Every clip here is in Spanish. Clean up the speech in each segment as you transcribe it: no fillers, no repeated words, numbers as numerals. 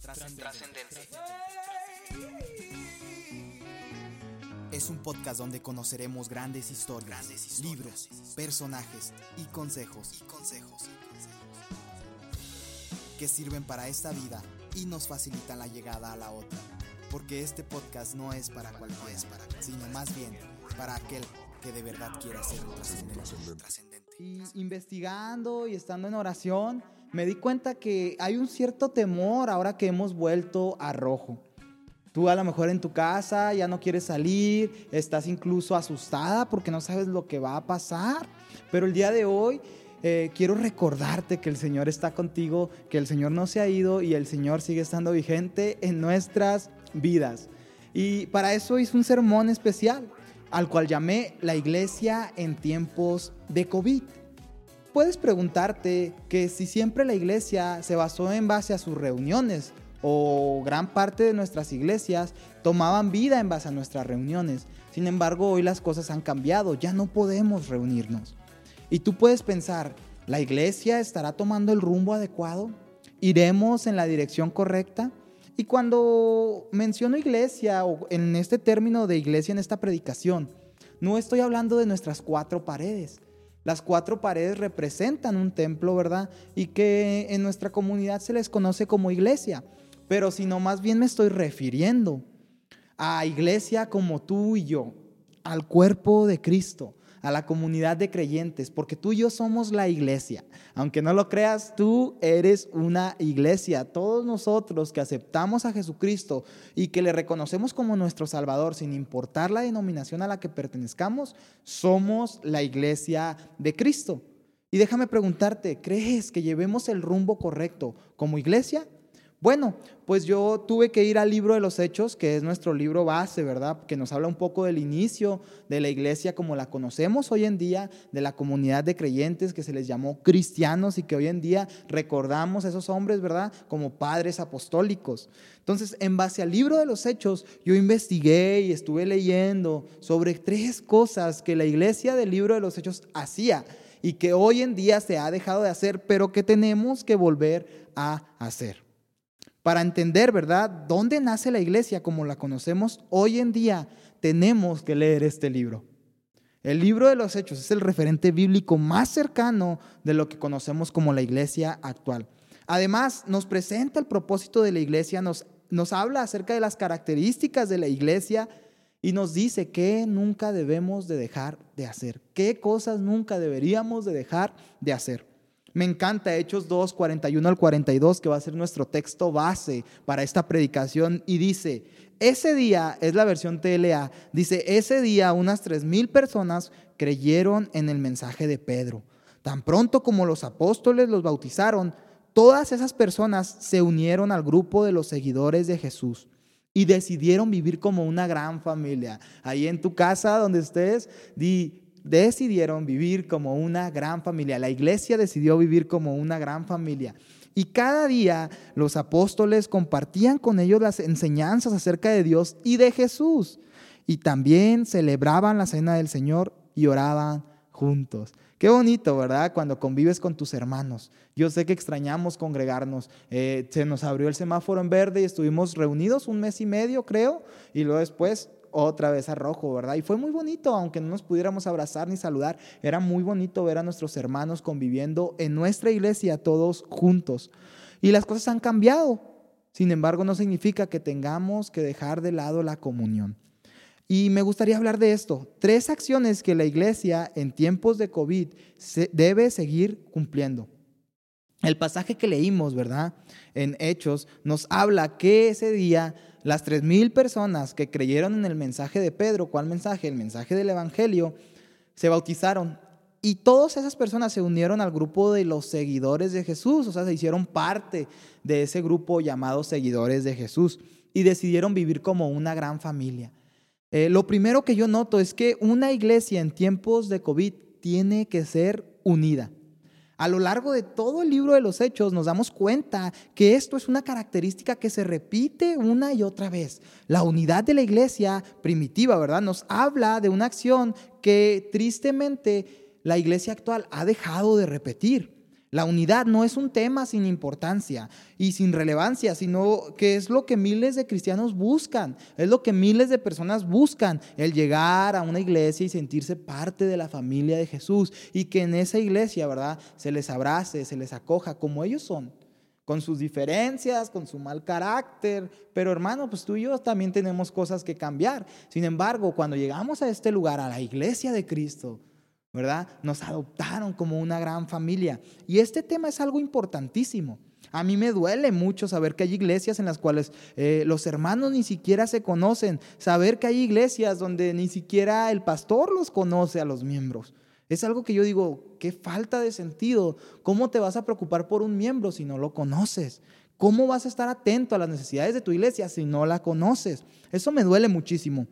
Trascendente. Es un podcast donde conoceremos grandes historias, libros, personajes y consejos que sirven para esta vida y nos facilitan la llegada a la otra. Porque este podcast no es para cualquiera, sino más bien para aquel que de verdad quiera ser trascendente. Y investigando y estando en oración, me di cuenta que hay un cierto temor ahora que hemos vuelto a rojo. Tú a lo mejor en tu casa ya no quieres salir, estás incluso asustada porque no sabes lo que va a pasar. Pero el día de hoy quiero recordarte que el Señor está contigo, que el Señor no se ha ido y el Señor sigue estando vigente en nuestras vidas. Y para eso hice un sermón especial, al cual llamé La Iglesia en tiempos de COVID. Puedes preguntarte que si siempre la iglesia se basó en base a sus reuniones, o gran parte de nuestras iglesias tomaban vida en base a nuestras reuniones. Sin embargo, hoy las cosas han cambiado, ya no podemos reunirnos. Y tú puedes pensar, ¿la iglesia estará tomando el rumbo adecuado? ¿Iremos en la dirección correcta? Y cuando menciono iglesia, o en este término de iglesia en esta predicación, no estoy hablando de nuestras cuatro paredes. Las cuatro paredes representan un templo, ¿verdad? Y que en nuestra comunidad se les conoce como iglesia. Pero sino más bien me estoy refiriendo a iglesia como tú y yo, al cuerpo de Cristo, a la comunidad de creyentes, porque tú y yo somos la iglesia. Aunque no lo creas, tú eres una iglesia. Todos nosotros que aceptamos a Jesucristo y que le reconocemos como nuestro Salvador, sin importar la denominación a la que pertenezcamos, somos la iglesia de Cristo. Y déjame preguntarte, ¿crees que llevemos el rumbo correcto como iglesia? Bueno, pues yo tuve que ir al libro de los Hechos, que es nuestro libro base, ¿verdad? Que nos habla un poco del inicio de la iglesia como la conocemos hoy en día, de la comunidad de creyentes que se les llamó cristianos y que hoy en día recordamos a esos hombres, ¿verdad? Como padres apostólicos. Entonces, en base al libro de los Hechos, yo investigué y estuve leyendo sobre 3 cosas que la iglesia del libro de los Hechos hacía y que hoy en día se ha dejado de hacer, pero que tenemos que volver a hacer. Para entender, ¿verdad?, dónde nace la iglesia como la conocemos hoy en día, tenemos que leer este libro. El libro de los Hechos es el referente bíblico más cercano de lo que conocemos como la iglesia actual. Además, nos presenta el propósito de la iglesia, nos habla acerca de las características de la iglesia y nos dice qué nunca debemos de dejar de hacer, qué cosas nunca deberíamos de dejar de hacer. Me encanta Hechos 2, 41 al 42, que va a ser nuestro texto base para esta predicación. Y dice, ese día, es la versión TLA, dice, ese día unas 3,000 personas creyeron en el mensaje de Pedro. Tan pronto como los apóstoles los bautizaron, todas esas personas se unieron al grupo de los seguidores de Jesús y decidieron vivir como una gran familia. Ahí en tu casa, donde estés, decidieron vivir como una gran familia. La iglesia decidió vivir como una gran familia. Y cada día los apóstoles compartían con ellos las enseñanzas acerca de Dios y de Jesús. Y también celebraban la cena del Señor y oraban juntos. Qué bonito, ¿verdad? Cuando convives con tus hermanos. Yo sé que extrañamos congregarnos. Se nos abrió el semáforo en verde y estuvimos reunidos 1 mes y medio, creo. Y luego después otra vez a rojo, ¿verdad? Y fue muy bonito, aunque no nos pudiéramos abrazar ni saludar, era muy bonito ver a nuestros hermanos conviviendo en nuestra iglesia todos juntos. Y las cosas han cambiado, sin embargo no significa que tengamos que dejar de lado la comunión. Y me gustaría hablar de esto, 3 acciones que la iglesia en tiempos de COVID debe seguir cumpliendo. El pasaje que leímos, ¿verdad?, en Hechos, nos habla que ese día las 3,000 personas que creyeron en el mensaje de Pedro, ¿cuál mensaje? El mensaje del evangelio, se bautizaron. Y todas esas personas se unieron al grupo de los seguidores de Jesús, o sea, se hicieron parte de ese grupo llamado seguidores de Jesús y decidieron vivir como una gran familia. Lo primero que yo noto es que una iglesia en tiempos de COVID tiene que ser unida. A lo largo de todo el libro de los Hechos nos damos cuenta que esto es una característica que se repite una y otra vez. La unidad de la iglesia primitiva, ¿verdad?, nos habla de una acción que tristemente la iglesia actual ha dejado de repetir. La unidad no es un tema sin importancia y sin relevancia, sino que es lo que miles de cristianos buscan, es lo que miles de personas buscan, el llegar a una iglesia y sentirse parte de la familia de Jesús y que en esa iglesia, ¿verdad?, se les abrace, se les acoja como ellos son, con sus diferencias, con su mal carácter, pero hermano, pues tú y yo también tenemos cosas que cambiar. Sin embargo, cuando llegamos a este lugar, a la iglesia de Cristo, ¿verdad?, nos adoptaron como una gran familia. Y este tema es algo importantísimo. A mí me duele mucho saber que hay iglesias en las cuales los hermanos ni siquiera se conocen, saber que hay iglesias donde ni siquiera el pastor los conoce a los miembros. Es algo que yo digo, qué falta de sentido. ¿Cómo te vas a preocupar por un miembro si no lo conoces? ¿Cómo vas a estar atento a las necesidades de tu iglesia si no la conoces? Eso me duele muchísimo.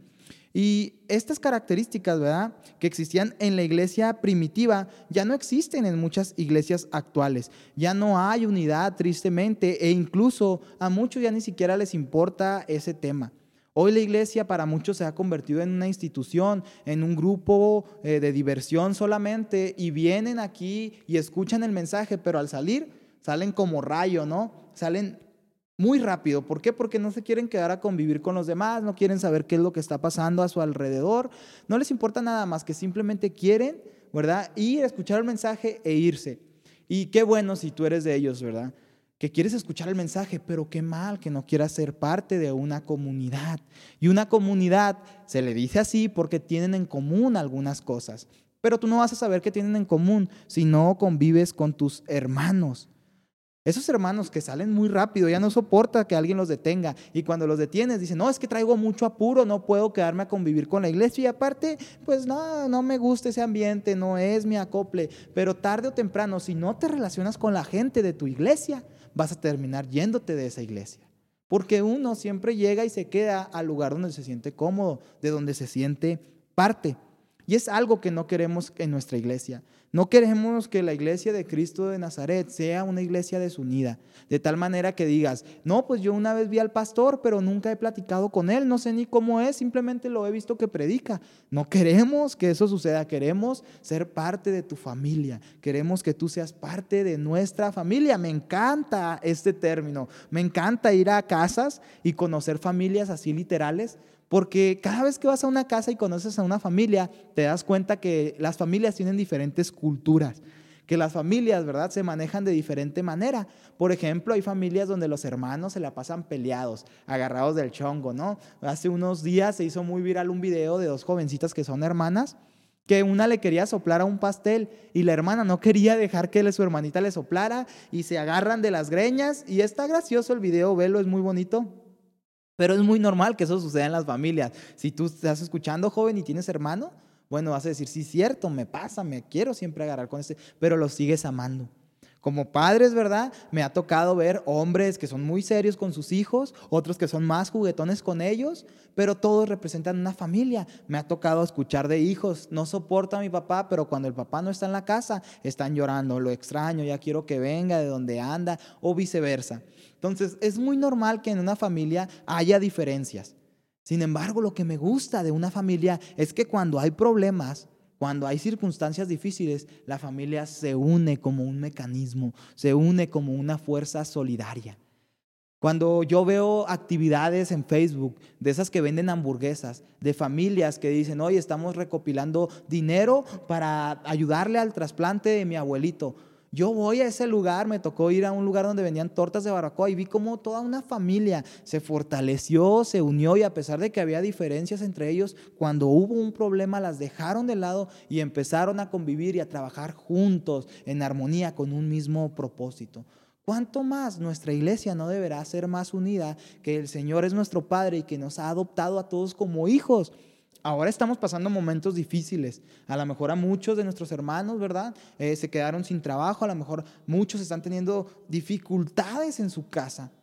Y estas características, ¿verdad?, que existían en la iglesia primitiva, ya no existen en muchas iglesias actuales. Ya no hay unidad, tristemente, e incluso a muchos ya ni siquiera les importa ese tema. Hoy la iglesia para muchos se ha convertido en una institución, en un grupo de diversión solamente, y vienen aquí y escuchan el mensaje, pero al salir, salen como rayo, ¿no? Salen muy rápido. ¿Por qué? Porque no se quieren quedar a convivir con los demás, no quieren saber qué es lo que está pasando a su alrededor, no les importa nada más que simplemente quieren, ¿verdad?, ir a escuchar el mensaje e irse. Y qué bueno si tú eres de ellos, ¿verdad?, que quieres escuchar el mensaje, pero qué mal que no quieras ser parte de una comunidad. Y una comunidad se le dice así porque tienen en común algunas cosas, pero tú no vas a saber qué tienen en común si no convives con tus hermanos. Esos hermanos que salen muy rápido, ya no soporta que alguien los detenga. Y cuando los detienes, dicen, no, es que traigo mucho apuro, no puedo quedarme a convivir con la iglesia. Y aparte, pues no me gusta ese ambiente, no es mi acople. Pero tarde o temprano, si no te relacionas con la gente de tu iglesia, vas a terminar yéndote de esa iglesia. Porque uno siempre llega y se queda al lugar donde se siente cómodo, de donde se siente parte. Y es algo que no queremos en nuestra iglesia. No queremos que la iglesia de Cristo de Nazaret sea una iglesia desunida, de tal manera que digas, no, pues yo una vez vi al pastor, pero nunca he platicado con él, no sé ni cómo es, simplemente lo he visto que predica. No queremos que eso suceda, queremos ser parte de tu familia, queremos que tú seas parte de nuestra familia. Me encanta este término, me encanta ir a casas y conocer familias así literales, porque cada vez que vas a una casa y conoces a una familia, te das cuenta que las familias tienen diferentes culturas, que las familias, ¿verdad?, se manejan de diferente manera. Por ejemplo, hay familias donde los hermanos se la pasan peleados, agarrados del chongo, ¿no? Hace unos días se hizo muy viral un video de dos jovencitas que son hermanas, que una le quería soplar a un pastel y la hermana no quería dejar que su hermanita le soplara y se agarran de las greñas y está gracioso el video, velo, es muy bonito. Pero es muy normal que eso suceda en las familias. Si tú estás escuchando, joven, y tienes hermano, bueno, vas a decir, sí, cierto, me pasa, me quiero siempre agarrar con este, pero lo sigues amando. Como padres, ¿verdad?, me ha tocado ver hombres que son muy serios con sus hijos, otros que son más juguetones con ellos, pero todos representan una familia. Me ha tocado escuchar de hijos, no soporto a mi papá, pero cuando el papá no está en la casa, están llorando, lo extraño, ya quiero que venga de donde anda, o viceversa. Entonces, es muy normal que en una familia haya diferencias. Sin embargo, lo que me gusta de una familia es que cuando hay problemas, cuando hay circunstancias difíciles, la familia se une como un mecanismo, se une como una fuerza solidaria. Cuando yo veo actividades en Facebook de esas que venden hamburguesas, de familias que dicen, oye, estamos recopilando dinero para ayudarle al trasplante de mi abuelito. Yo voy a ese lugar, me tocó ir a un lugar donde vendían tortas de barbacoa y vi cómo toda una familia se fortaleció, se unió y a pesar de que había diferencias entre ellos, cuando hubo un problema las dejaron de lado y empezaron a convivir y a trabajar juntos en armonía con un mismo propósito. ¿Cuánto más nuestra iglesia no deberá ser más unida, que el Señor es nuestro Padre y que nos ha adoptado a todos como hijos? Ahora estamos pasando momentos difíciles. A lo mejor a muchos de nuestros hermanos, ¿verdad?, se quedaron sin trabajo. A lo mejor muchos están teniendo dificultades en su casa.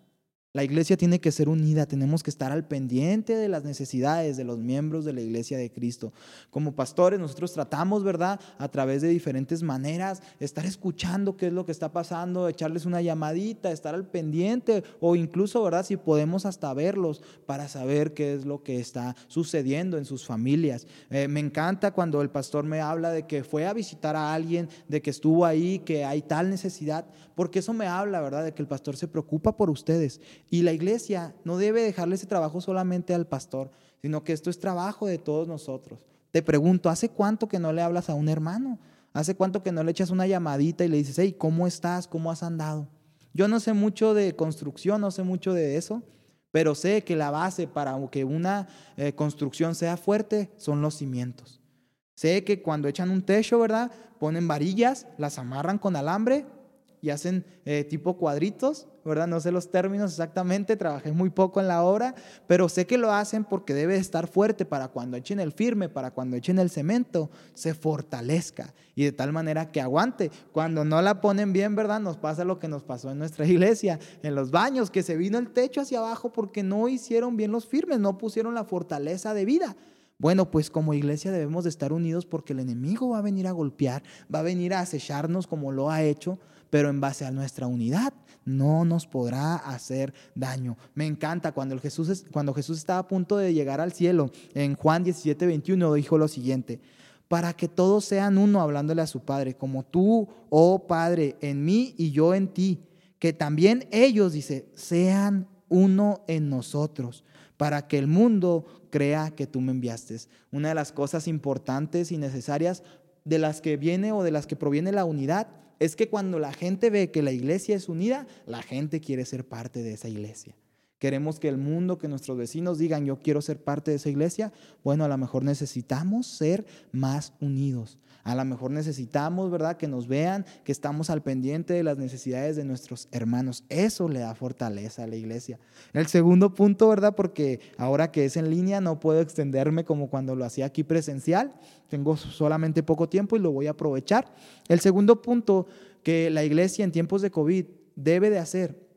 La iglesia tiene que ser unida, tenemos que estar al pendiente de las necesidades de los miembros de la iglesia de Cristo. Como pastores nosotros tratamos, ¿verdad?, a través de diferentes maneras, estar escuchando qué es lo que está pasando, echarles una llamadita, estar al pendiente o incluso, ¿verdad?, si podemos hasta verlos para saber qué es lo que está sucediendo en sus familias. Me encanta cuando el pastor me habla de que fue a visitar a alguien, de que estuvo ahí, que hay tal necesidad, porque eso me habla, ¿verdad?, de que el pastor se preocupa por ustedes. Y la iglesia no debe dejarle ese trabajo solamente al pastor, sino que esto es trabajo de todos nosotros. Te pregunto, ¿hace cuánto que no le hablas a un hermano? ¿Hace cuánto que no le echas una llamadita y le dices, hey, ¿cómo estás? ¿Cómo has andado? Yo no sé mucho de construcción, no sé mucho de eso, pero sé que la base para que una construcción sea fuerte son los cimientos. Sé que cuando echan un techo, ¿verdad?, ponen varillas, las amarran con alambre y hacen tipo cuadritos, ¿verdad? No sé los términos exactamente, trabajé muy poco en la obra, pero sé que lo hacen porque debe estar fuerte para cuando echen el firme, para cuando echen el cemento, se fortalezca y de tal manera que aguante. Cuando no la ponen bien, ¿verdad?, nos pasa lo que nos pasó en nuestra iglesia, en los baños, que se vino el techo hacia abajo porque no hicieron bien los firmes, no pusieron la fortaleza de vida. Bueno, pues como iglesia debemos de estar unidos porque el enemigo va a venir a golpear, va a venir a acecharnos como lo ha hecho, pero en base a nuestra unidad no nos podrá hacer daño. Me encanta cuando Jesús estaba a punto de llegar al cielo, en Juan 17:21 dijo lo siguiente: para que todos sean uno, hablándole a su Padre, como tú, oh Padre, en mí y yo en ti, que también ellos, dice, sean uno en nosotros, para que el mundo crea que tú me enviaste. Una de las cosas importantes y necesarias de las que viene o de las que proviene la unidad es que cuando la gente ve que la iglesia es unida, la gente quiere ser parte de esa iglesia. Queremos que el mundo, que nuestros vecinos digan, yo quiero ser parte de esa iglesia. Bueno, a lo mejor necesitamos ser más unidos. A lo mejor necesitamos, ¿verdad?, que nos vean, que estamos al pendiente de las necesidades de nuestros hermanos. Eso le da fortaleza a la iglesia. El segundo punto, ¿verdad?, porque ahora que es en línea no puedo extenderme como cuando lo hacía aquí presencial. Tengo solamente poco tiempo y lo voy a aprovechar. El segundo punto que la iglesia en tiempos de COVID debe de hacer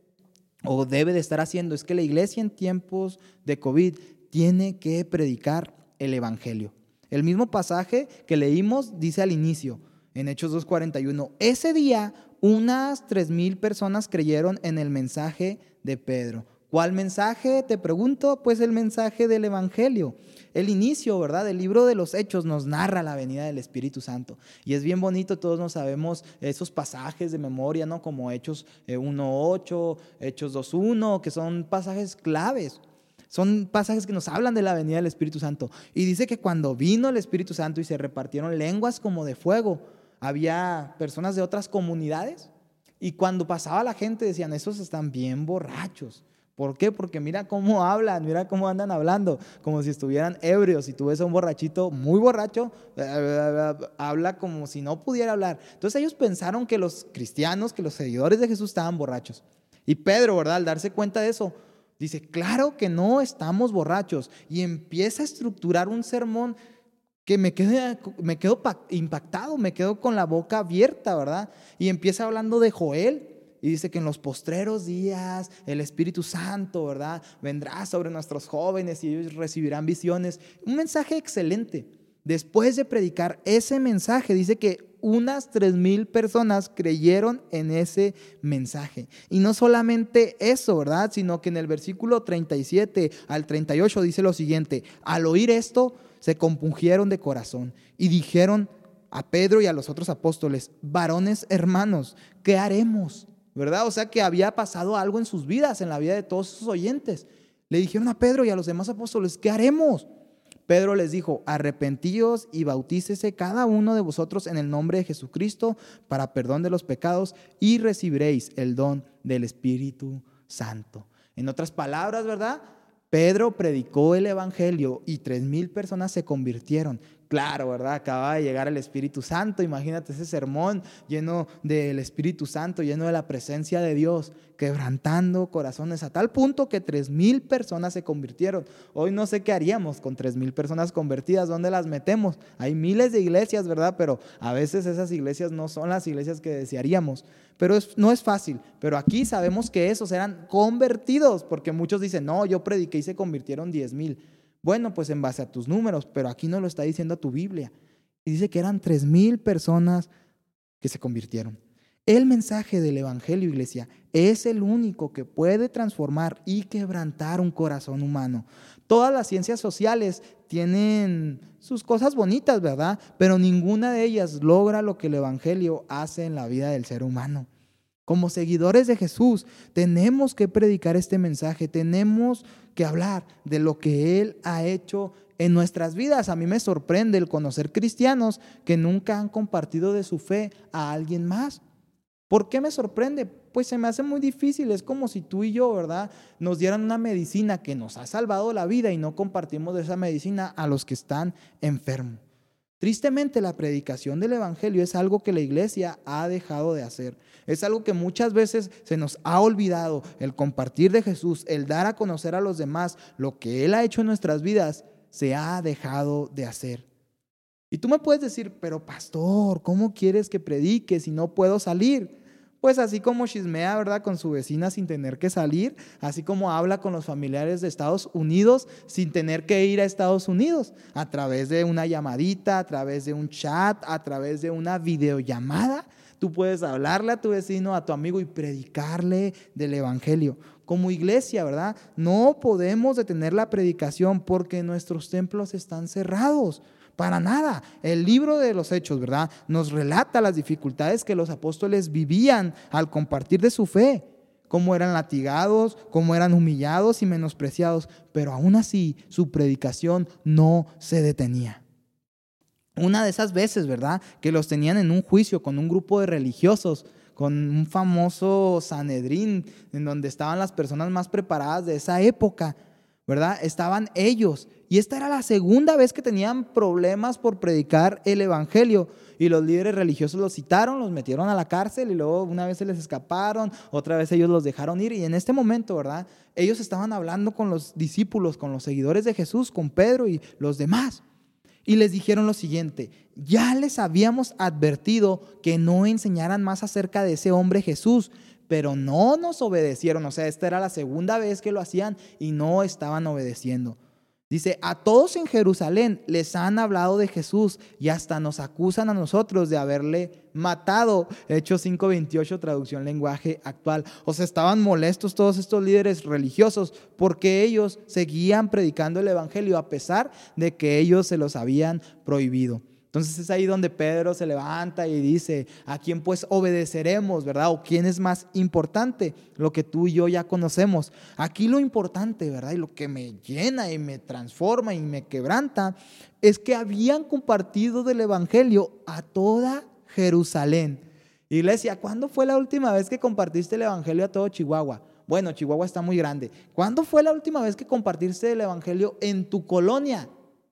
o debe de estar haciendo es que la iglesia en tiempos de COVID tiene que predicar el evangelio. El mismo pasaje que leímos dice al inicio, en Hechos 2:41, ese día unas 3,000 personas creyeron en el mensaje de Pedro. ¿Cuál mensaje? Te pregunto, pues el mensaje del evangelio. El inicio, ¿verdad?, del libro de los Hechos nos narra la venida del Espíritu Santo. Y es bien bonito, todos nos sabemos esos pasajes de memoria, ¿no?, como Hechos 1:8, Hechos 2:1, que son pasajes claves. Son pasajes que nos hablan de la venida del Espíritu Santo. Y dice que cuando vino el Espíritu Santo y se repartieron lenguas como de fuego, había personas de otras comunidades. Y cuando pasaba la gente decían, esos están bien borrachos. ¿Por qué? Porque mira cómo hablan, mira cómo andan hablando, como si estuvieran ebrios. Si tú ves a un borrachito muy borracho, habla como si no pudiera hablar. Entonces ellos pensaron que los cristianos, que los seguidores de Jesús estaban borrachos. Y Pedro, ¿verdad?, al darse cuenta de eso, dice, claro que no estamos borrachos. Y empieza a estructurar un sermón que me quedo impactado, me quedo con la boca abierta, ¿verdad? Y empieza hablando de Joel. Y dice que en los postreros días el Espíritu Santo, ¿verdad?, vendrá sobre nuestros jóvenes y ellos recibirán visiones. Un mensaje excelente. Después de predicar ese mensaje, dice que unas 3,000 personas creyeron en ese mensaje. Y no solamente eso, ¿verdad?, sino que en el versículo 37 al 38 dice lo siguiente: al oír esto, se compungieron de corazón y dijeron a Pedro y a los otros apóstoles, varones hermanos, ¿qué haremos? ¿Verdad? O sea que había pasado algo en sus vidas, en la vida de todos sus oyentes. Le dijeron a Pedro y a los demás apóstoles, ¿qué haremos? Pedro les dijo, arrepentíos y bautícese cada uno de vosotros en el nombre de Jesucristo para perdón de los pecados y recibiréis el don del Espíritu Santo. En otras palabras, ¿verdad?, Pedro predicó el evangelio y 3,000 personas se convirtieron. Claro, ¿verdad? Acaba de llegar el Espíritu Santo. Imagínate ese sermón lleno del Espíritu Santo, lleno de la presencia de Dios, quebrantando corazones a tal punto que 3,000 personas se convirtieron. Hoy no sé qué haríamos con 3,000 personas convertidas. ¿Dónde las metemos? Hay miles de iglesias, ¿verdad? Pero a veces esas iglesias no son las iglesias que desearíamos. Pero no es fácil. Pero aquí sabemos que esos eran convertidos, porque muchos dicen, no, yo prediqué y se convirtieron 10,000. Bueno, pues en base a tus números, pero aquí no lo está diciendo tu Biblia. Y dice que eran 3,000 personas que se convirtieron. El mensaje del Evangelio, iglesia, es el único que puede transformar y quebrantar un corazón humano. Todas las ciencias sociales tienen sus cosas bonitas, ¿verdad? Pero ninguna de ellas logra lo que el Evangelio hace en la vida del ser humano. Como seguidores de Jesús, tenemos que predicar este mensaje, tenemos que hablar de lo que Él ha hecho en nuestras vidas. A mí me sorprende el conocer cristianos que nunca han compartido de su fe a alguien más. ¿Por qué me sorprende? Pues se me hace muy difícil. Es como si tú y yo, ¿verdad?, nos dieran una medicina que nos ha salvado la vida y no compartimos de esa medicina a los que están enfermos. Tristemente, la predicación del Evangelio es algo que la iglesia ha dejado de hacer. Es algo que muchas veces se nos ha olvidado. El compartir de Jesús, el dar a conocer a los demás lo que Él ha hecho en nuestras vidas, se ha dejado de hacer. Y tú me puedes decir, pero pastor, ¿cómo quieres que predique si no puedo salir? Pues así como chismea, ¿verdad?, con su vecina sin tener que salir, así como habla con los familiares de Estados Unidos sin tener que ir a Estados Unidos, a través de una llamadita, a través de un chat, a través de una videollamada, tú puedes hablarle a tu vecino, a tu amigo y predicarle del Evangelio. Como iglesia, ¿verdad?, no podemos detener la predicación porque nuestros templos están cerrados. Para nada. El libro de los Hechos, ¿verdad?, nos relata las dificultades que los apóstoles vivían al compartir de su fe, cómo eran latigados, cómo eran humillados y menospreciados, pero aún así su predicación no se detenía. Una de esas veces, ¿verdad?, que los tenían en un juicio con un grupo de religiosos, con un famoso Sanedrín, en donde estaban las personas más preparadas de esa época, ¿verdad? Estaban ellos. Y esta era la segunda vez que tenían problemas por predicar el Evangelio. Y los líderes religiosos los citaron, los metieron a la cárcel y luego una vez se les escaparon, otra vez ellos los dejaron ir. Y en este momento, ¿verdad?, ellos estaban hablando con los discípulos, con los seguidores de Jesús, con Pedro y los demás. Y les dijeron lo siguiente: ya les habíamos advertido que no enseñaran más acerca de ese hombre Jesús, pero no nos obedecieron. O sea, esta era la segunda vez que lo hacían y no estaban obedeciendo. Dice, a todos en Jerusalén les han hablado de Jesús y hasta nos acusan a nosotros de haberle matado. Hechos 5:28, traducción lenguaje actual. O sea, estaban molestos todos estos líderes religiosos porque ellos seguían predicando el Evangelio a pesar de que ellos se los habían prohibido. Entonces es ahí donde Pedro se levanta y dice, ¿a quién pues obedeceremos, verdad? ¿O quién es más importante? Lo que tú y yo ya conocemos. Aquí lo importante, ¿verdad?, y lo que me llena y me transforma y me quebranta es que habían compartido del Evangelio a toda Jerusalén. Iglesia, ¿cuándo fue la última vez que compartiste el Evangelio a todo Chihuahua? Bueno, Chihuahua está muy grande. ¿Cuándo fue la última vez que compartiste el Evangelio en tu colonia?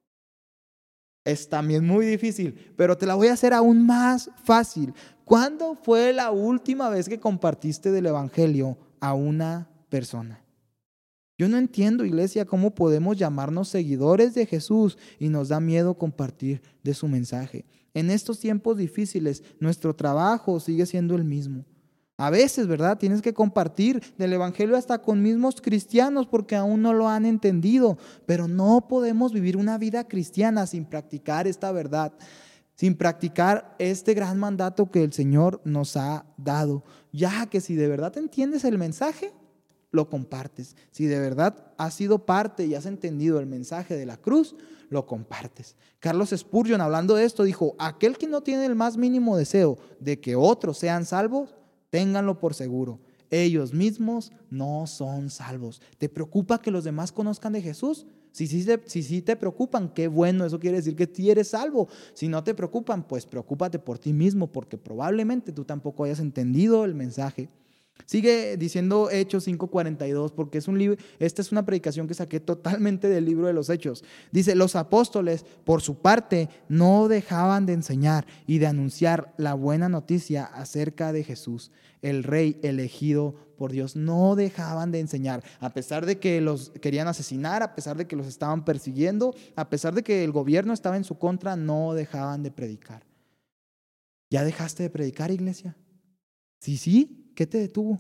Es también muy difícil, pero te la voy a hacer aún más fácil. ¿Cuándo fue la última vez que compartiste del Evangelio a una persona? Yo no entiendo, iglesia, cómo podemos llamarnos seguidores de Jesús y nos da miedo compartir de su mensaje. En estos tiempos difíciles, nuestro trabajo sigue siendo el mismo. A veces, ¿verdad?, tienes que compartir del Evangelio hasta con mismos cristianos porque aún no lo han entendido. Pero no podemos vivir una vida cristiana sin practicar esta verdad, sin practicar este gran mandato que el Señor nos ha dado. Ya que si de verdad entiendes el mensaje, lo compartes. Si de verdad has sido parte y has entendido el mensaje de la cruz, lo compartes. Carlos Spurgeon, hablando de esto, dijo, aquel que no tiene el más mínimo deseo de que otros sean salvos, ténganlo por seguro, ellos mismos no son salvos. ¿Te preocupa que los demás conozcan de Jesús? Si sí te preocupan, qué bueno, eso quiere decir que tú eres salvo. Si no te preocupan, pues preocúpate por ti mismo, porque probablemente tú tampoco hayas entendido el mensaje. Sigue diciendo Hechos 5:42, porque es un libro, esta es una predicación que saqué totalmente del libro de los Hechos. Dice, los apóstoles, por su parte, no dejaban de enseñar y de anunciar la buena noticia acerca de Jesús, el Rey elegido por Dios. No dejaban de enseñar, a pesar de que los querían asesinar, a pesar de que los estaban persiguiendo, a pesar de que el gobierno estaba en su contra, no dejaban de predicar. ¿Ya dejaste de predicar, iglesia? Sí, ¿qué te detuvo?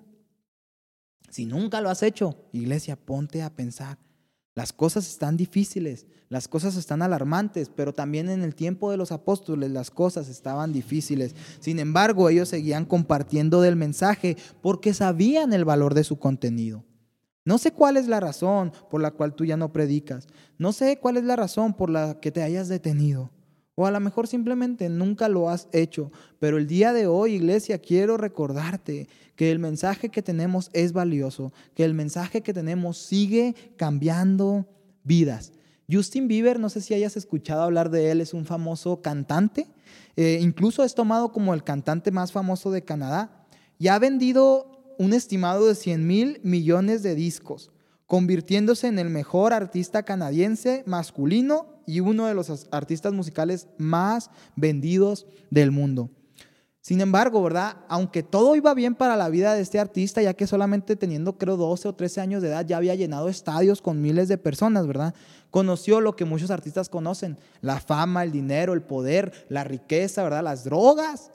Si nunca lo has hecho, iglesia, ponte a pensar. Las cosas están difíciles, las cosas están alarmantes, pero también en el tiempo de los apóstoles las cosas estaban difíciles. Sin embargo, ellos seguían compartiendo del mensaje porque sabían el valor de su contenido. No sé cuál es la razón por la cual tú ya no predicas. No sé cuál es la razón por la que te hayas detenido. O a lo mejor simplemente nunca lo has hecho. Pero el día de hoy, iglesia, quiero recordarte que el mensaje que tenemos es valioso, que el mensaje que tenemos sigue cambiando vidas. Justin Bieber, no sé si hayas escuchado hablar de él, es un famoso cantante. Incluso es tomado como el cantante más famoso de Canadá. Y ha vendido un estimado de 100,000 millones de discos, convirtiéndose en el mejor artista canadiense masculino y uno de los artistas musicales más vendidos del mundo. Sin embargo, ¿verdad? Aunque todo iba bien para la vida de este artista, ya que solamente teniendo, creo, 12 o 13 años de edad, ya había llenado estadios con miles de personas, ¿verdad? Conoció lo que muchos artistas conocen: la fama, el dinero, el poder, la riqueza, ¿verdad? Las drogas.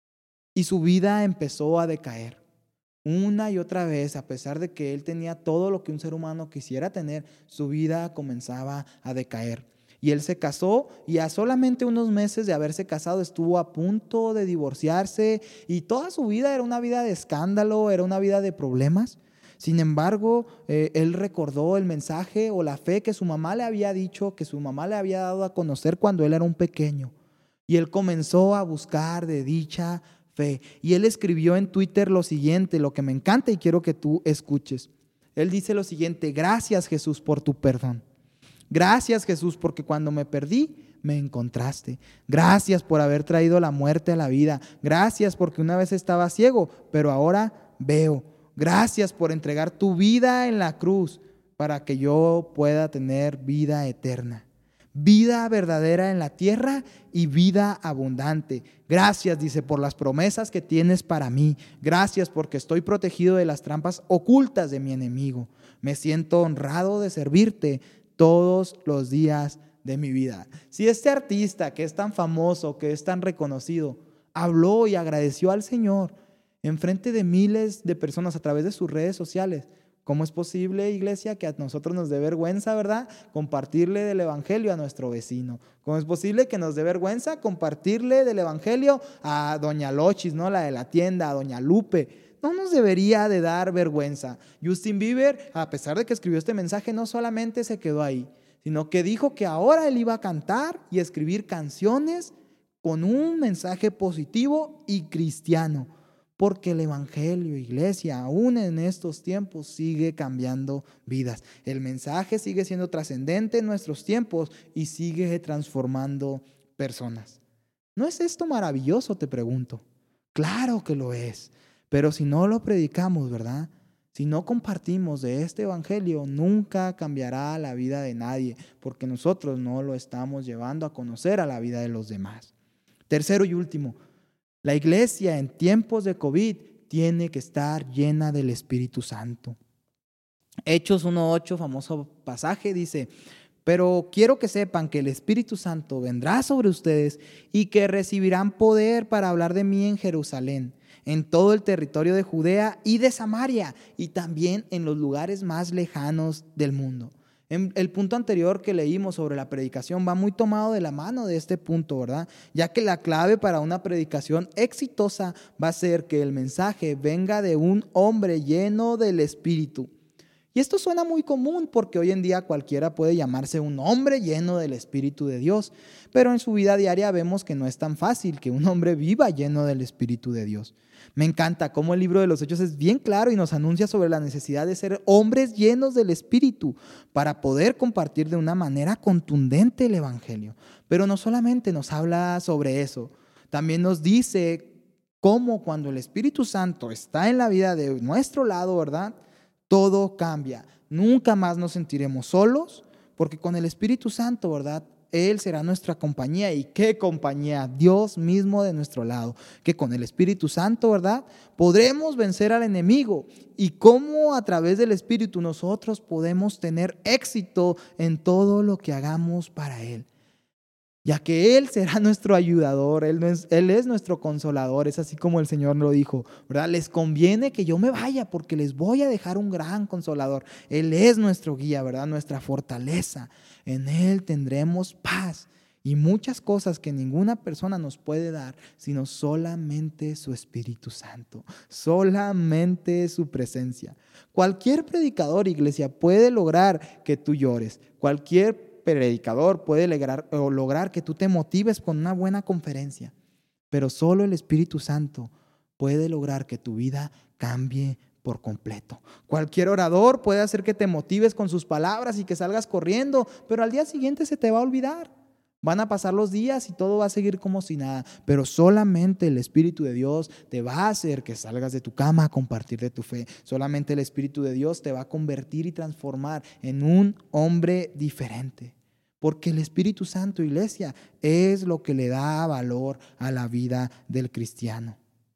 Y su vida empezó a decaer. Una y otra vez, a pesar de que él tenía todo lo que un ser humano quisiera tener, su vida comenzaba a decaer. Y él se casó y a solamente unos meses de haberse casado estuvo a punto de divorciarse y toda su vida era una vida de escándalo, era una vida de problemas. Sin embargo, él recordó el mensaje o la fe que su mamá le había dicho, que su mamá le había dado a conocer cuando él era un pequeño. Y él comenzó a buscar de dicha fe. Y él escribió en Twitter lo siguiente, lo que me encanta y quiero que tú escuches. Él dice lo siguiente: gracias, Jesús, por tu perdón. Gracias, Jesús, porque cuando me perdí, me encontraste. Gracias por haber traído la muerte a la vida. Gracias porque una vez estaba ciego, pero ahora veo. Gracias por entregar tu vida en la cruz para que yo pueda tener vida eterna. Vida verdadera en la tierra y vida abundante. Gracias, dice, por las promesas que tienes para mí. Gracias porque estoy protegido de las trampas ocultas de mi enemigo. Me siento honrado de servirte todos los días de mi vida. Si este artista que es tan famoso, que es tan reconocido, habló y agradeció al Señor enfrente de miles de personas a través de sus redes sociales, ¿cómo es posible, iglesia, que a nosotros nos dé vergüenza, verdad, compartirle del evangelio a nuestro vecino? ¿Cómo es posible que nos dé vergüenza compartirle del evangelio a doña Lochis, ¿no? La de la tienda, a doña Lupe? No nos debería de dar vergüenza. Justin Bieber, a pesar de que escribió este mensaje, no solamente se quedó ahí, sino que dijo que ahora él iba a cantar y escribir canciones con un mensaje positivo y cristiano. Porque el evangelio, iglesia, aún en estos tiempos sigue cambiando vidas. El mensaje sigue siendo trascendente en nuestros tiempos y sigue transformando personas. ¿No es esto maravilloso, te pregunto? Claro que lo es. Pero si no lo predicamos, ¿verdad? Si no compartimos de este evangelio, nunca cambiará la vida de nadie, porque nosotros no lo estamos llevando a conocer a la vida de los demás. Tercero y último, la iglesia en tiempos de COVID tiene que estar llena del Espíritu Santo. Hechos 1:8, famoso pasaje, dice: pero quiero que sepan que el Espíritu Santo vendrá sobre ustedes y que recibirán poder para hablar de mí en Jerusalén, en todo el territorio de Judea y de Samaria, y también en los lugares más lejanos del mundo. El punto anterior que leímos sobre la predicación va muy tomado de la mano de este punto, ¿verdad? Ya que la clave para una predicación exitosa va a ser que el mensaje venga de un hombre lleno del Espíritu. Y esto suena muy común porque hoy en día cualquiera puede llamarse un hombre lleno del Espíritu de Dios, pero en su vida diaria vemos que no es tan fácil que un hombre viva lleno del Espíritu de Dios. Me encanta cómo el libro de los Hechos es bien claro y nos anuncia sobre la necesidad de ser hombres llenos del Espíritu para poder compartir de una manera contundente el Evangelio. Pero no solamente nos habla sobre eso, también nos dice cómo cuando el Espíritu Santo está en la vida de nuestro lado, ¿verdad? Todo cambia. Nunca más nos sentiremos solos, porque con el Espíritu Santo, ¿verdad? Él será nuestra compañía. ¿Y qué compañía? Dios mismo de nuestro lado. Que con el Espíritu Santo, ¿verdad? Podremos vencer al enemigo. Y cómo a través del Espíritu nosotros podemos tener éxito en todo lo que hagamos para Él. Ya que Él será nuestro ayudador, Él es nuestro consolador, es así como el Señor lo dijo, ¿verdad? Les conviene que yo me vaya porque les voy a dejar un gran consolador. Él es nuestro guía, ¿verdad? Nuestra fortaleza. En Él tendremos paz y muchas cosas que ninguna persona nos puede dar, sino solamente su Espíritu Santo, solamente su presencia. Cualquier predicador, iglesia, puede lograr que tú llores. Cualquier predicador puede lograr que tú te motives con una buena conferencia, pero solo el Espíritu Santo puede lograr que tu vida cambie por completo. Cualquier orador puede hacer que te motives con sus palabras y que salgas corriendo, pero al día siguiente se te va a olvidar. Van a pasar los días y todo va a seguir como si nada, pero solamente el Espíritu de Dios te va a hacer que salgas de tu cama a compartir de tu fe. Solamente el Espíritu de Dios te va a convertir y transformar en un hombre diferente. Porque el Espíritu Santo, iglesia, es lo que le da valor a la vida del cristiano.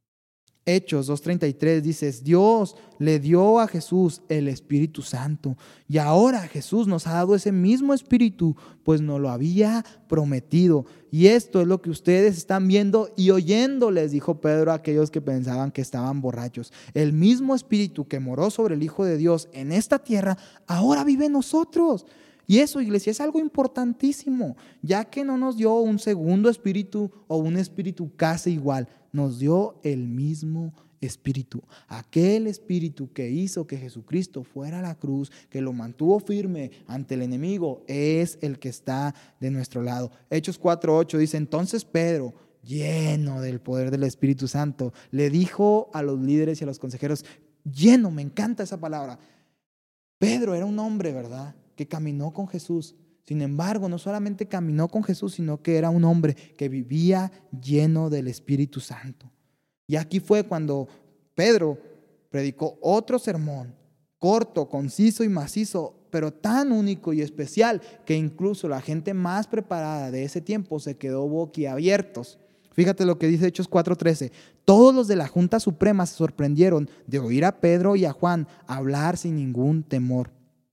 Hechos 2:33 dices, Dios le dio a Jesús el Espíritu Santo y ahora Jesús nos ha dado ese mismo Espíritu, pues nos lo había prometido. Y esto es lo que ustedes están viendo y oyendo, les dijo Pedro a aquellos que pensaban que estaban borrachos. El mismo Espíritu que moró sobre el Hijo de Dios en esta tierra, ahora vive en nosotros. Y eso, iglesia, es algo importantísimo, ya que no nos dio un segundo espíritu o un espíritu casi igual, nos dio el mismo espíritu. Aquel espíritu que hizo que Jesucristo fuera a la cruz, que lo mantuvo firme ante el enemigo, es el que está de nuestro lado. Hechos 4:8 dice, entonces Pedro, lleno del poder del Espíritu Santo, le dijo a los líderes y a los consejeros, lleno, me encanta esa palabra. Pedro era un hombre, ¿verdad?, que caminó con Jesús. Sin embargo, no solamente caminó con Jesús, sino que era un hombre que vivía lleno del Espíritu Santo. Y aquí fue cuando Pedro predicó otro sermón, corto, conciso y macizo, pero tan único y especial que incluso la gente más preparada de ese tiempo se quedó boquiabiertos. Fíjate lo que dice Hechos 4:13. Todos los de la Junta Suprema se sorprendieron de oír a Pedro y a Juan hablar sin ningún temor.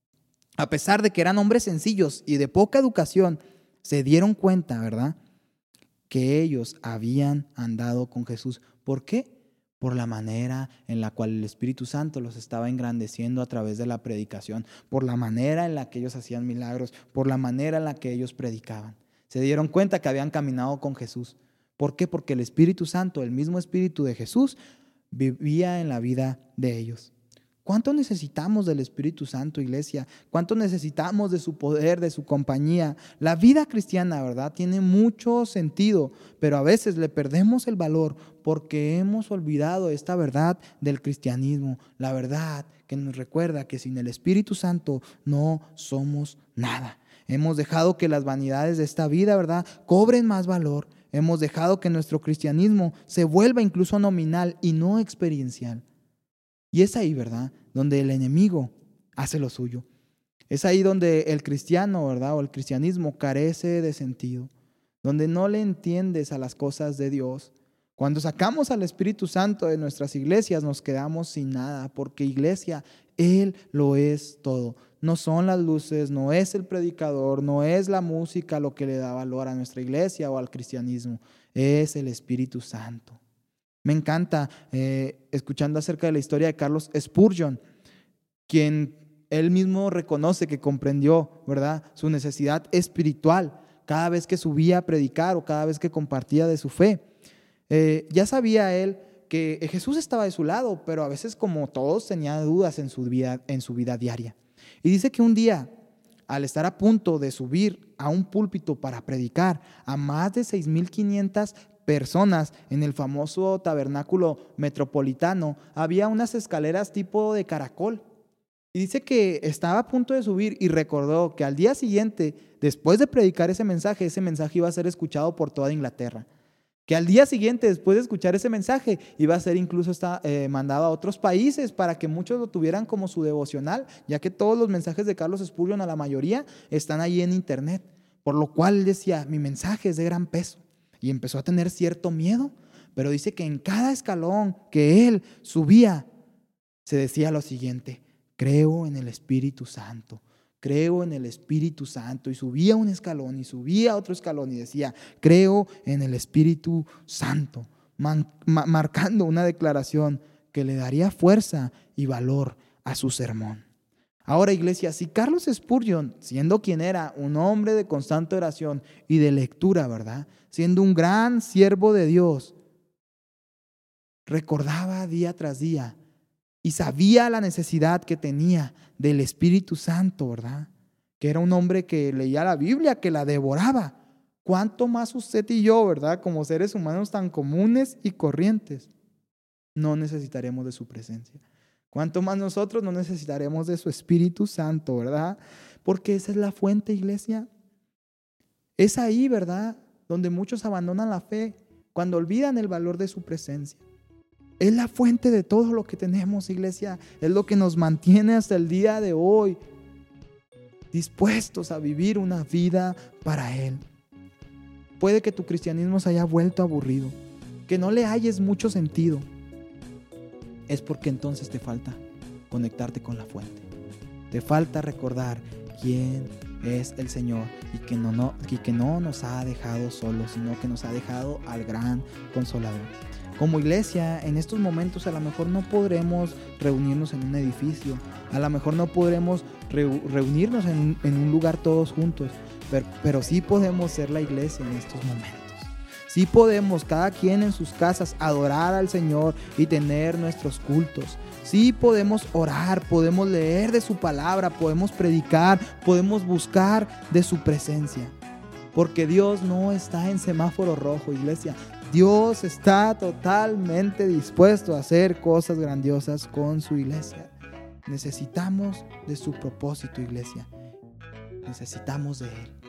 A pesar de que eran hombres sencillos y de poca educación, se dieron cuenta, ¿verdad?, que ellos habían andado con Jesús. ¿Por qué? Por la manera en la cual el Espíritu Santo los estaba engrandeciendo a través de la predicación, por la manera en la que ellos hacían milagros, por la manera en la que ellos predicaban. Se dieron cuenta que habían caminado con Jesús. ¿Por qué? Porque el Espíritu Santo, el mismo Espíritu de Jesús, vivía en la vida de ellos. ¿Cuánto necesitamos del Espíritu Santo, iglesia? ¿Cuánto necesitamos de su poder, de su compañía? La vida cristiana, ¿verdad?, tiene mucho sentido, pero a veces le perdemos el valor porque hemos olvidado esta verdad del cristianismo. La verdad que nos recuerda que sin el Espíritu Santo no somos nada. Hemos dejado que las vanidades de esta vida, ¿verdad?, cobren más valor. Hemos dejado que nuestro cristianismo se vuelva incluso nominal y no experiencial. Y es ahí, ¿verdad?, donde el enemigo hace lo suyo. Es ahí donde el cristiano, ¿verdad?, o el cristianismo carece de sentido, donde no le entiendes a las cosas de Dios. Cuando sacamos al Espíritu Santo de nuestras iglesias nos quedamos sin nada, porque iglesia, Él lo es todo. No son las luces, no es el predicador, no es la música lo que le da valor a nuestra iglesia o al cristianismo, es el Espíritu Santo. Me encanta escuchando acerca de la historia de Charles Spurgeon, quien él mismo reconoce que comprendió, ¿verdad?, su necesidad espiritual cada vez que subía a predicar o cada vez que compartía de su fe. Ya sabía él que Jesús estaba de su lado, pero a veces, como todos, tenía dudas en su vida diaria. Y dice que un día, al estar a punto de subir a un púlpito para predicar a más de 6,500 personas en el famoso tabernáculo metropolitano, había unas escaleras tipo de caracol. Y dice que estaba a punto de subir y recordó que al día siguiente, después de predicar ese mensaje iba a ser escuchado por toda Inglaterra. que al día siguiente, después de escuchar ese mensaje, iba a ser incluso mandado a otros países para que muchos lo tuvieran como su devocional, ya que todos los mensajes de Carlos Spurgeon, a la mayoría, están ahí en internet. Por lo cual él decía, mi mensaje es de gran peso. Y empezó a tener cierto miedo, pero dice que en cada escalón que él subía, se decía lo siguiente: creo en el Espíritu Santo. Creo en el Espíritu Santo. Y subía un escalón y subía otro escalón y decía, creo en el Espíritu Santo, marcando una declaración que le daría fuerza y valor a su sermón. Ahora, iglesia, si Carlos Spurgeon, siendo quien era, un hombre de constante oración y de lectura, ¿verdad?, siendo un gran siervo de Dios, recordaba día tras día y sabía la necesidad que tenía del Espíritu Santo, ¿verdad?, que era un hombre que leía la Biblia, que la devoraba. ¿Cuánto más usted y yo, ¿verdad?, como seres humanos tan comunes y corrientes, no necesitaremos de su presencia? ¿Cuánto más nosotros no necesitaremos de su Espíritu Santo, verdad? Porque esa es la fuente, iglesia. Es ahí, ¿verdad?, donde muchos abandonan la fe, cuando olvidan el valor de su presencia. Es la fuente de todo lo que tenemos, iglesia. Es lo que nos mantiene hasta el día de hoy, dispuestos a vivir una vida para Él. Puede que tu cristianismo se haya vuelto aburrido, que no le halles mucho sentido. Es porque entonces te falta conectarte con la fuente. Te falta recordar quién es el Señor y que no nos ha dejado solos, sino que nos ha dejado al gran Consolador. Como iglesia, en estos momentos a lo mejor no podremos reunirnos en un edificio, a lo mejor no podremos reunirnos en un lugar todos juntos, pero sí podemos ser la iglesia en estos momentos. Sí podemos, cada quien en sus casas, adorar al Señor y tener nuestros cultos. Sí podemos orar, podemos leer de su palabra, podemos predicar, podemos buscar de su presencia. Porque Dios no está en semáforo rojo, iglesia. Dios está totalmente dispuesto a hacer cosas grandiosas con su iglesia. Necesitamos de su propósito, iglesia. Necesitamos de Él.